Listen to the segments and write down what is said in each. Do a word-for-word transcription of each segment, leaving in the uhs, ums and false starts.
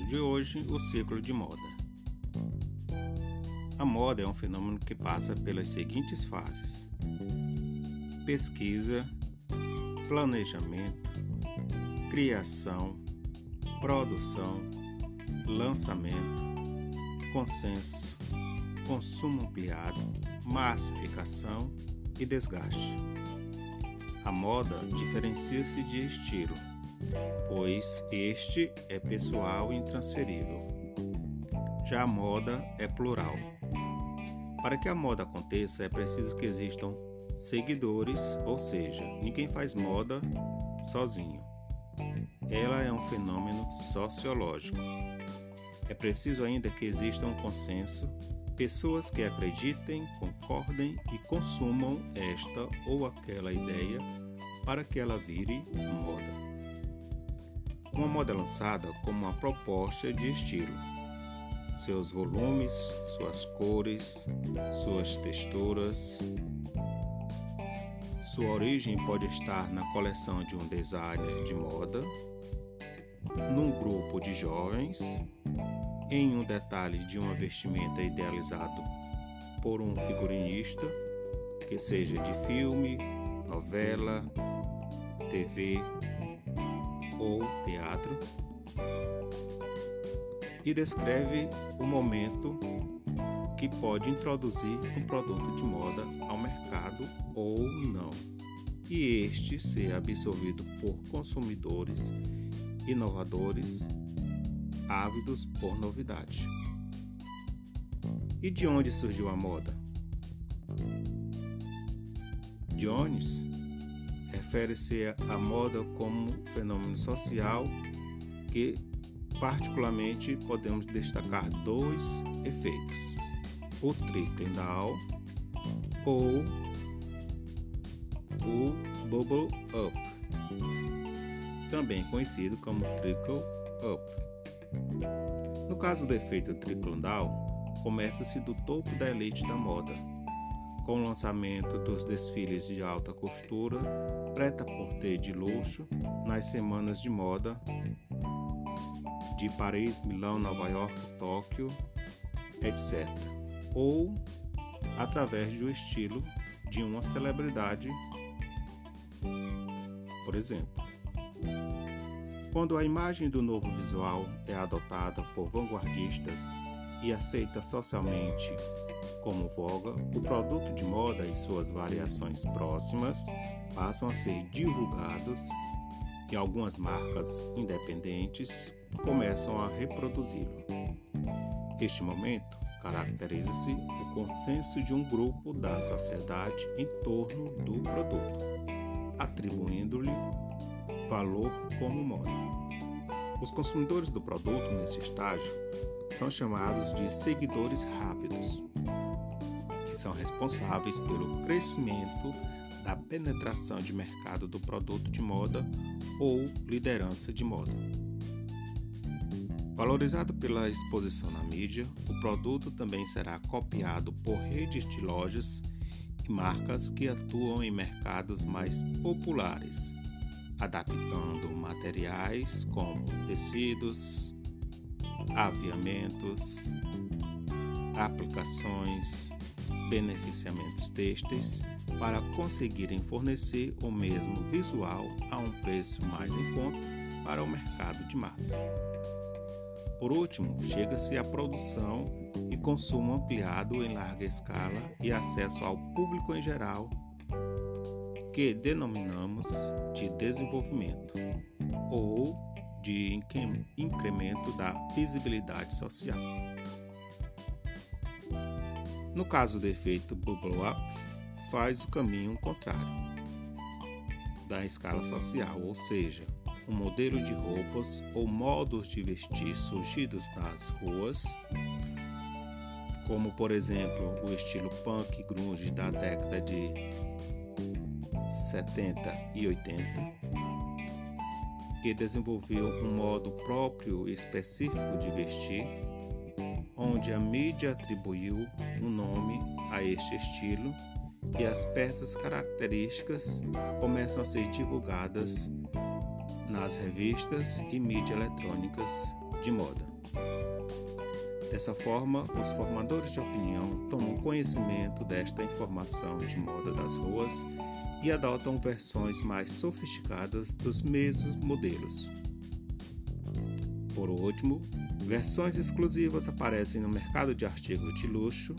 de hoje, o ciclo de moda. A moda é um fenômeno que passa pelas seguintes fases: pesquisa, planejamento, criação, produção, lançamento, consenso, consumo ampliado, massificação e desgaste. A moda diferencia-se de estilo, pois este é pessoal e intransferível. Já a moda é plural. Para que a moda aconteça, é preciso que existam seguidores, ou seja, ninguém faz moda sozinho. Ela é um fenômeno sociológico. É preciso ainda que exista um consenso, pessoas que acreditem, concordem e consumam esta ou aquela ideia para que ela vire moda. Uma moda é lançada como uma proposta de estilo. Seus volumes, suas cores, suas texturas. Sua origem pode estar na coleção de um designer de moda, num grupo de jovens, em um detalhe de uma vestimenta idealizado por um figurinista, que seja de filme, novela, T V ou teatro, e descreve o momento que pode introduzir um produto de moda ao mercado ou não, e este ser absorvido por consumidores inovadores ávidos por novidade. E de onde surgiu a moda? Jones refere-se à moda como um fenômeno social que, particularmente, podemos destacar dois efeitos: o trickle down ou o bubble up, também conhecido como trickle up. No caso do efeito trickle down, começa-se do topo da elite da moda, com o lançamento dos desfiles de alta costura, prêt-à-porter de luxo, nas semanas de moda de Paris, Milão, Nova York, Tóquio, etcétera, ou através do estilo de uma celebridade, por exemplo. Quando a imagem do novo visual é adotada por vanguardistas e aceita socialmente como voga, o produto de moda e suas variações próximas passam a ser divulgados e algumas marcas independentes começam a reproduzi-lo. Este momento caracteriza-se o consenso de um grupo da sociedade em torno do produto, atribuindo-lhe valor como moda. Os consumidores do produto neste estágio são chamados de seguidores rápidos, que são responsáveis pelo crescimento da penetração de mercado do produto de moda ou liderança de moda. Valorizado pela exposição na mídia, o produto também será copiado por redes de lojas e marcas que atuam em mercados mais populares, adaptando materiais como tecidos, aviamentos, aplicações, beneficiamentos têxteis para conseguirem fornecer o mesmo visual a um preço mais em conta para o mercado de massa. Por último, chega-se à produção e consumo ampliado em larga escala e acesso ao público em geral, que denominamos de desenvolvimento ou de incremento da visibilidade social. No caso do efeito bubble up, faz o caminho contrário da escala social, ou seja, um modelo de roupas ou modos de vestir surgidos nas ruas, como por exemplo o estilo punk grunge da década de setenta e oitenta, que desenvolveu um modo próprio e específico de vestir, onde a mídia atribuiu um nome a este estilo e as peças características começam a ser divulgadas nas revistas e mídias eletrônicas de moda. Dessa forma, os formadores de opinião tomam conhecimento desta informação de moda das ruas e adotam versões mais sofisticadas dos mesmos modelos. Por último, versões exclusivas aparecem no mercado de artigos de luxo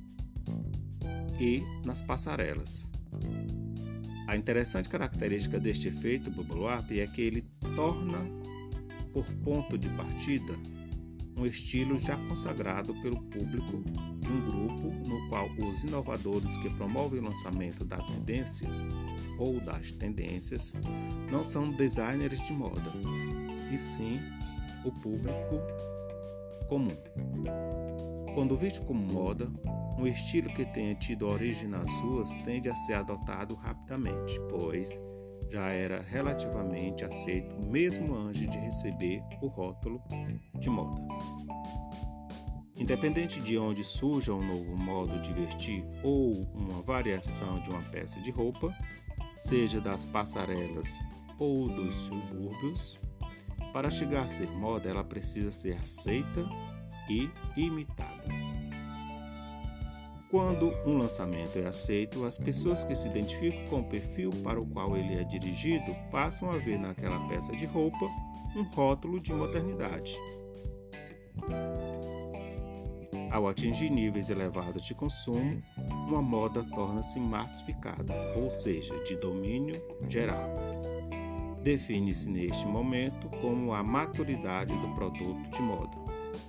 e nas passarelas. A interessante característica deste efeito bubble wrap é que ele torna, por ponto de partida, um estilo já consagrado pelo público de um grupo no qual os inovadores que promovem o lançamento da tendência ou das tendências não são designers de moda, e sim o público comum. Quando visto como moda, um estilo que tenha tido origem nas ruas tende a ser adotado rapidamente, pois já era relativamente aceito mesmo antes de receber o rótulo de moda. Independente de onde surja um novo modo de vestir ou uma variação de uma peça de roupa, seja das passarelas ou dos subúrbios, para chegar a ser moda ela precisa ser aceita e imitada. Quando um lançamento é aceito, as pessoas que se identificam com o perfil para o qual ele é dirigido passam a ver naquela peça de roupa um rótulo de modernidade. Ao atingir níveis elevados de consumo, uma moda torna-se massificada, ou seja, de domínio geral. Define-se neste momento como a maturidade do produto de moda,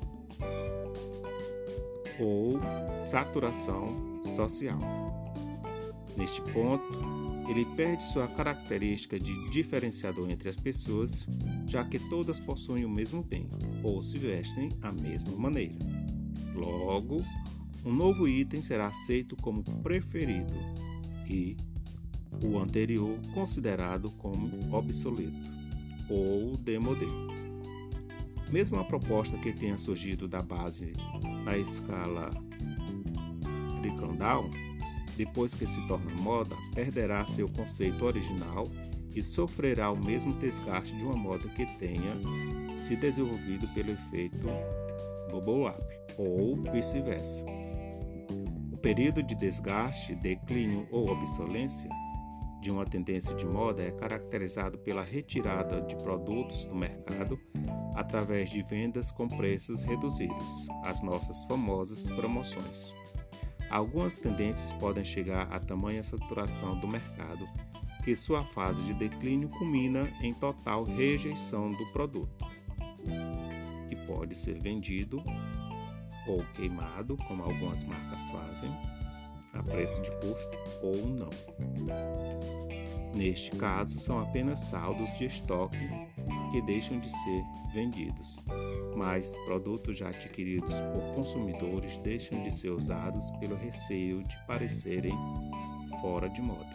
ou saturação social. Neste ponto, ele perde sua característica de diferenciador entre as pessoas, já que todas possuem o mesmo bem, ou se vestem à mesma maneira. Logo, um novo item será aceito como preferido e o anterior considerado como obsoleto ou démodé. Mesmo a proposta que tenha surgido da base na escala trickle-down, depois que se torna moda, perderá seu conceito original e sofrerá o mesmo desgaste de uma moda que tenha se desenvolvido pelo efeito bubble wrap, ou vice-versa. O período de desgaste, declínio ou obsolescência de uma tendência de moda é caracterizado pela retirada de produtos do mercado através de vendas com preços reduzidos, as nossas famosas promoções. Algumas tendências podem chegar a tamanha saturação do mercado que sua fase de declínio culmina em total rejeição do produto, que pode ser vendido ou queimado, como algumas marcas fazem, a preço de custo ou não. Neste caso, são apenas saldos de estoque que deixam de ser vendidos, mas produtos já adquiridos por consumidores deixam de ser usados pelo receio de parecerem fora de moda.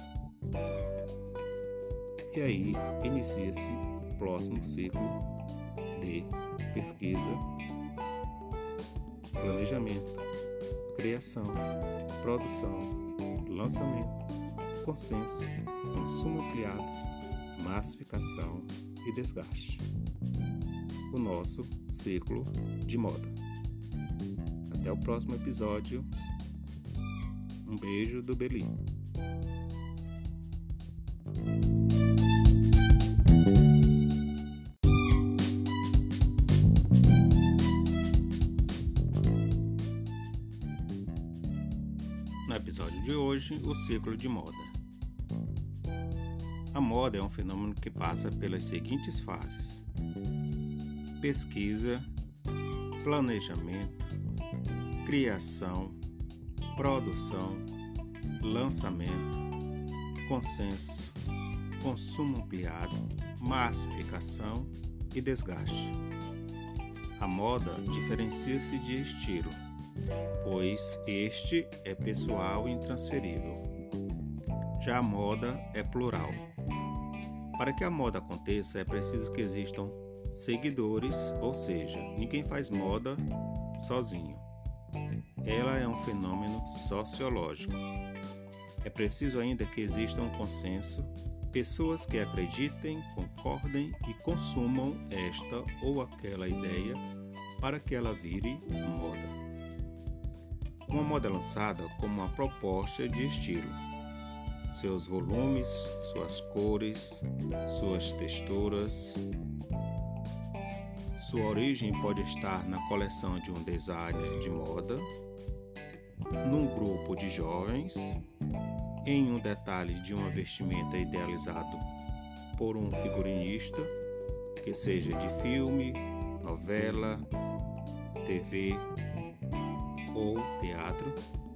E aí inicia-se o próximo ciclo de pesquisa, planejamento, criação, produção, lançamento, consenso, consumo ampliado, massificação e desgaste. O nosso ciclo de moda. Até o próximo episódio. Um beijo do Belinho. No episódio de hoje, o ciclo de moda. A moda é um fenômeno que passa pelas seguintes fases: pesquisa, planejamento, criação, produção, lançamento, consenso, consumo ampliado, massificação e desgaste. A moda diferencia-se de estilo, pois este é pessoal e intransferível. Já a moda é plural. Para que a moda aconteça, é preciso que existam seguidores, ou seja, ninguém faz moda sozinho. Ela é um fenômeno sociológico. É preciso ainda que exista um consenso pessoas que acreditem, concordem e consumam esta ou aquela ideia para que ela vire moda. Uma moda é lançada como uma proposta de estilo. Seus volumes, suas cores, suas texturas. Sua origem pode estar na coleção de um designer de moda, num grupo de jovens, em um detalhe de uma vestimenta idealizado por um figurinista, que seja de filme, novela, T V ou teatro,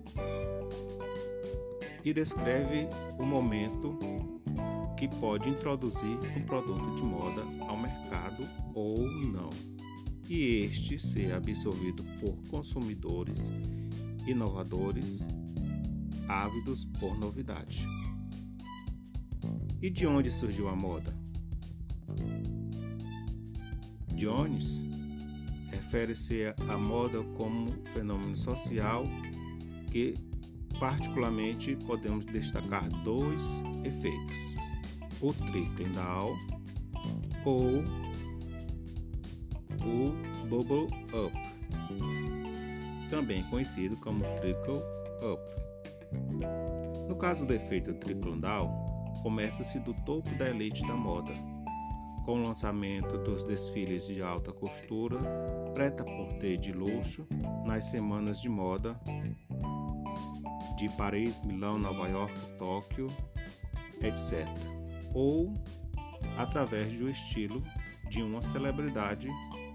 e descreve o momento que pode introduzir um produto de moda ao mercado ou não, e este ser absorvido por consumidores inovadores, ávidos por novidade. E de onde surgiu a moda? Jones refere-se à moda como um fenômeno social que, particularmente, podemos destacar dois efeitos: o trickle down ou o bubble up, também conhecido como trickle up. No caso do efeito trickle down, começa-se do topo da elite da moda, com o lançamento dos desfiles de alta costura, prêt-à-porter de luxo, nas semanas de moda de Paris, Milão, Nova York, Tóquio, etcétera, ou através do estilo de uma celebridade,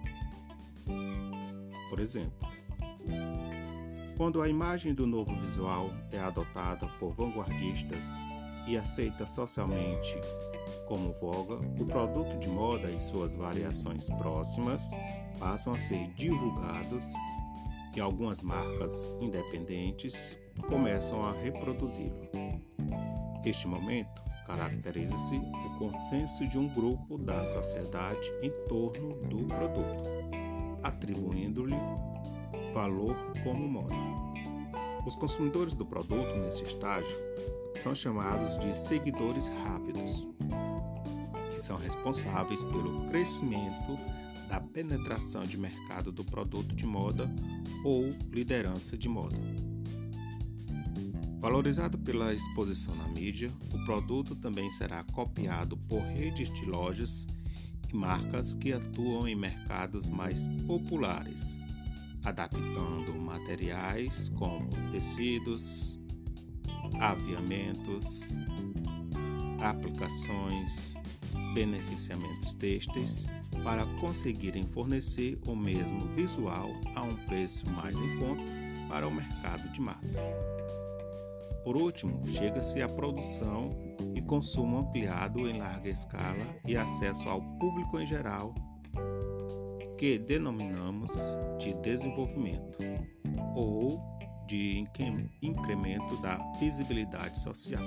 por exemplo. Quando a imagem do novo visual é adotada por vanguardistas e aceita socialmente como voga, o produto de moda e suas variações próximas passam a ser divulgados e algumas marcas independentes começam a reproduzi-lo. Este momento caracteriza-se o consenso de um grupo da sociedade em torno do produto, atribuindo-lhe valor como moda. Os consumidores do produto nesse estágio são chamados de seguidores rápidos, que são responsáveis pelo crescimento da penetração de mercado do produto de moda ou liderança de moda. Valorizado pela exposição na mídia, o produto também será copiado por redes de lojas e marcas que atuam em mercados mais populares, adaptando materiais como tecidos, aviamentos, aplicações, beneficiamentos têxteis para conseguirem fornecer o mesmo visual a um preço mais em conta para o mercado de massa. Por último, chega-se à produção e consumo ampliado em larga escala e acesso ao público em geral, que denominamos de desenvolvimento ou de incremento da visibilidade social.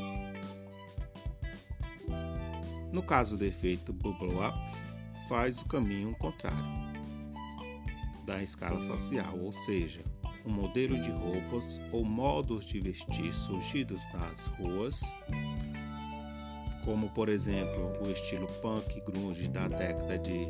No caso do efeito bubble up, faz o caminho contrário da escala social, ou seja, um modelo de roupas ou modos de vestir surgidos nas ruas, como por exemplo o estilo punk e grunge da década de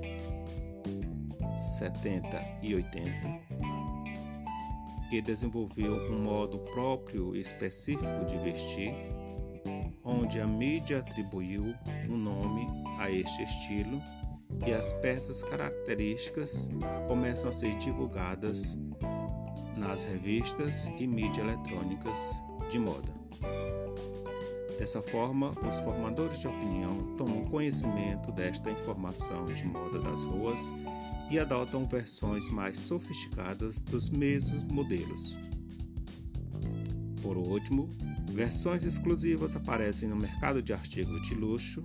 setenta e oitenta, que desenvolveu um modo próprio e específico de vestir, onde a mídia atribuiu um nome a este estilo e as peças características começam a ser divulgadas nas revistas e mídias eletrônicas de moda. Dessa forma, os formadores de opinião tomam conhecimento desta informação de moda das ruas e adotam versões mais sofisticadas dos mesmos modelos. Por último, versões exclusivas aparecem no mercado de artigos de luxo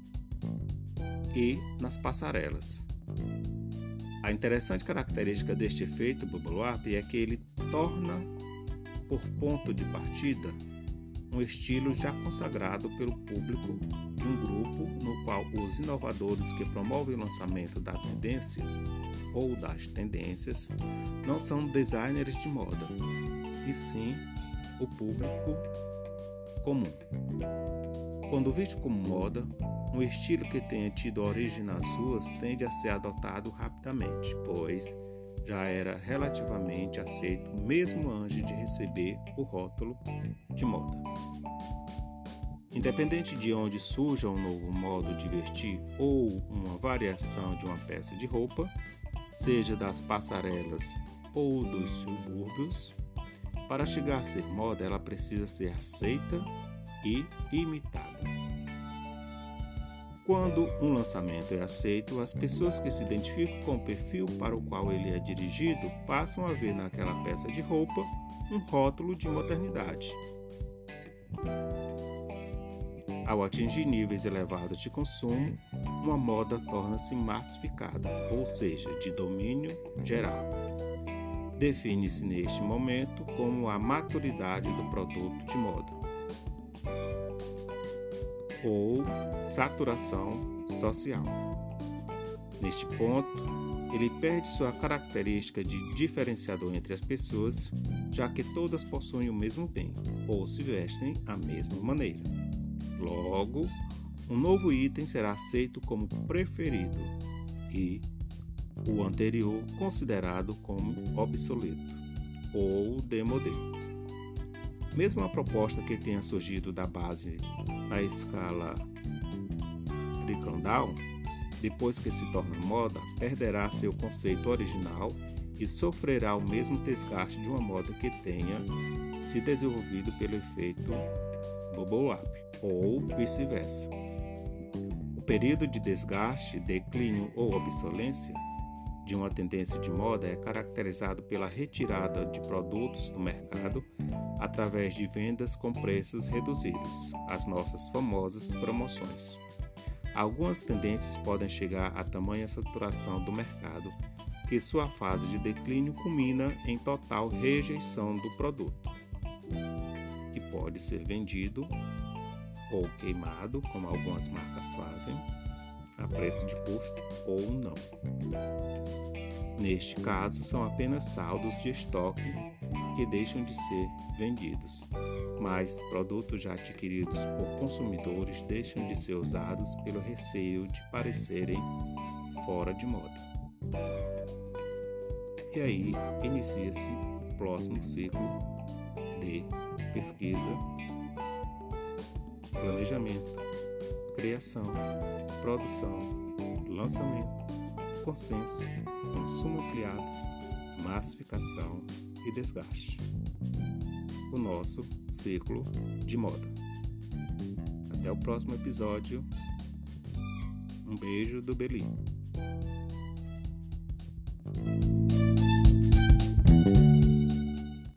e nas passarelas. A interessante característica deste efeito bubble up é que ele torna, por ponto de partida, um estilo já consagrado pelo público de um grupo no qual os inovadores que promovem o lançamento da tendência ou das tendências não são designers de moda, e sim o público comum. Quando visto como moda, um estilo que tenha tido origem nas ruas tende a ser adotado rapidamente, pois já era relativamente aceito mesmo antes de receber o rótulo de moda. Independente de onde surja um novo modo de vestir ou uma variação de uma peça de roupa, seja das passarelas ou dos subúrbios, para chegar a ser moda, ela precisa ser aceita e imitada. Quando um lançamento é aceito, as pessoas que se identificam com o perfil para o qual ele é dirigido passam a ver naquela peça de roupa um rótulo de modernidade. Ao atingir níveis elevados de consumo, uma moda torna-se massificada, ou seja, de domínio geral. Define-se neste momento como a maturidade do produto de moda, ou saturação social. Neste ponto, ele perde sua característica de diferenciador entre as pessoas, já que todas possuem o mesmo bem, ou se vestem à mesma maneira. Logo, um novo item será aceito como preferido e o anterior considerado como obsoleto ou démodé. Mesmo a proposta que tenha surgido da base na escala trickle-down, depois que se torna moda, perderá seu conceito original e sofrerá o mesmo desgaste de uma moda que tenha se desenvolvido pelo efeito bubble wrap, ou vice-versa. O período de desgaste, declínio ou obsolescência de uma tendência de moda é caracterizado pela retirada de produtos do mercado através de vendas com preços reduzidos, as nossas famosas promoções. Algumas tendências podem chegar a tamanha saturação do mercado que sua fase de declínio culmina em total rejeição do produto, que pode ser vendido ou queimado, como algumas marcas fazem, a preço de custo ou não. Neste caso, são apenas saldos de estoque que deixam de ser vendidos, mas produtos já adquiridos por consumidores deixam de ser usados pelo receio de parecerem fora de moda. E aí inicia-se o próximo ciclo de pesquisa, planejamento, criação, produção, lançamento, consenso, consumo ampliado, massificação e desgaste. O nosso ciclo de moda. Até o próximo episódio. Um beijo do Belinho.